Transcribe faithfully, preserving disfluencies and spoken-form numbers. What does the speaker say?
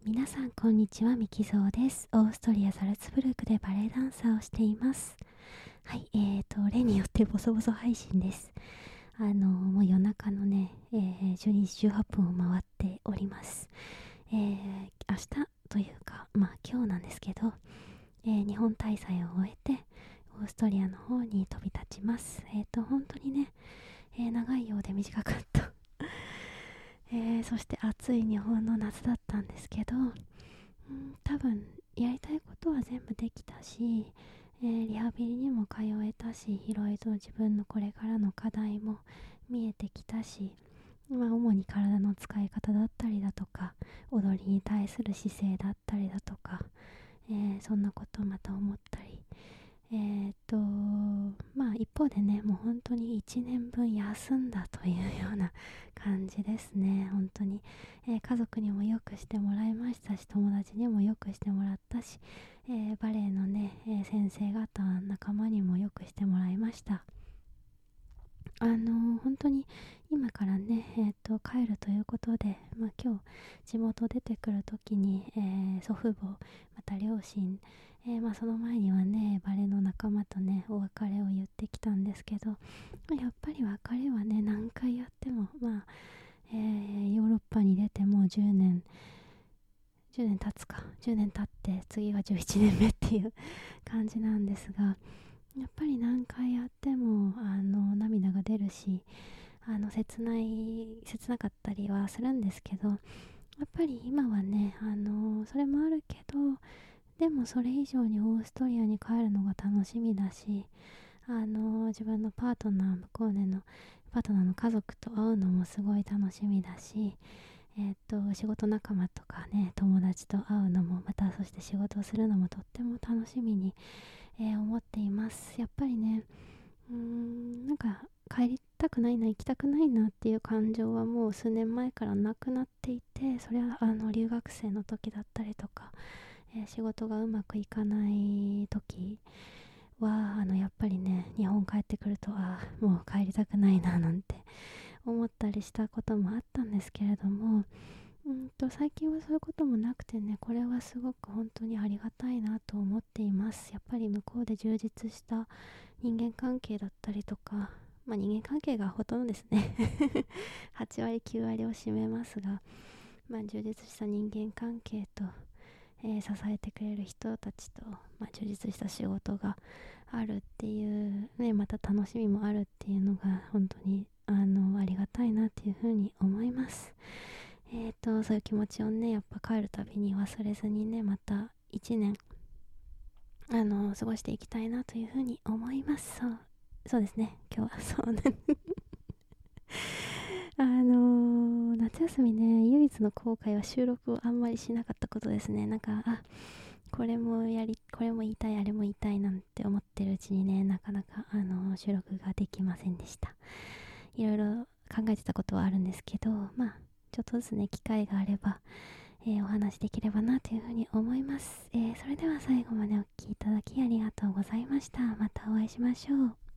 皆さんこんにちは、ミキゾーです。オーストリア・ザルツブルクでバレエダンサーをしています。はい、えーと、例によってボソボソ配信です。あの、もう夜中のね、えー、じゅうにじじゅうはっぷんを回っております。えー、明日というか、まあ今日なんですけど、えー、日本滞在を終えて、オーストリアの方に飛び立ちます。えーと、本当にね、えー、長いようで短かった。えー、そして暑い日本の夏だったんですけど、うん、多分やりたいことは全部できたし、えー、リハビリにも通えたし、いろいろ自分のこれからの課題も見えてきたし、まあ、主に体の使い方だったりだとか、踊りに対する姿勢だったりだとか、えー、そんなことをまた思ったり、えー、っとまあ一方でね、もう本当にいちねんぶん休んだというような感じですね。本当に、えー、家族にもよくしてもらいましたし、友達にもよくしてもらったし、えー、バレエのね、えー、先生方仲間にもよくしてもらいました。あのー、本当に今からね、えー、と帰るということで、まあ、今日地元出てくる時に、えー、祖父母また両親、えーまあ、その前にはねバレエの仲間とねお別れを言ってきたんですけど、まあ、やっぱり別れはね何回やっても、まあえー、ヨーロッパに出てもうじゅうねんじゅうねん経つかじゅうねん経って次がじゅういちねんめっていう感じなんですが、やっぱり何回やってもあの涙が出るし、あの切ない切なかったりはするんですけど、やっぱり今はねあのそれもあるけど、でもそれ以上にオーストリアに帰るのが楽しみだし、あの自分のパートナー向こうでのパートナーの家族と会うのもすごい楽しみだし、えっと仕事仲間とかね友達と会うのもまた、そして仕事をするのもとっても楽しみに、えー思っています。やっぱりね、うーんなんか帰りたくないな、行きたくないなっていう感情はもう数年前からなくなっていて、それはあの留学生の時だったりとか、えー仕事がうまくいかない時はあのやっぱりね日本帰ってくると、ああもう帰りたくないななんて思ったりしたこともあったんですけれども、うんと最近はそういうこともなくてね、これはすごく本当にありがたいなと思っています。やっぱり向こうで充実した人間関係だったりとか、まあ人間関係がほとんどですねはち割きゅう割を占めますが、まあ充実した人間関係と、えー支えてくれる人たちと、まあ、充実した仕事があるっていうね、また楽しみもあるっていうのが本当にあのありがたいなっていうふうに思います。えーとそういう気持ちをねやっぱ帰るたびに忘れずにね、またいちねんあの過ごしていきたいなというふうに思います。そうそうですね、今日はそうねあのー夏休みね、唯一の後悔は収録をあんまりしなかったことですね。なんかあこれもやりこれも言いたいあれも言いたいなんて思ってるうちにね、なかなかあの収録ができませんでした。いろいろ考えてたことはあるんですけど、まあちょっとずつね機会があれば、えーお話しできればなというふうに思います。えーそれでは最後までお聴きいただきありがとうございました。またお会いしましょう。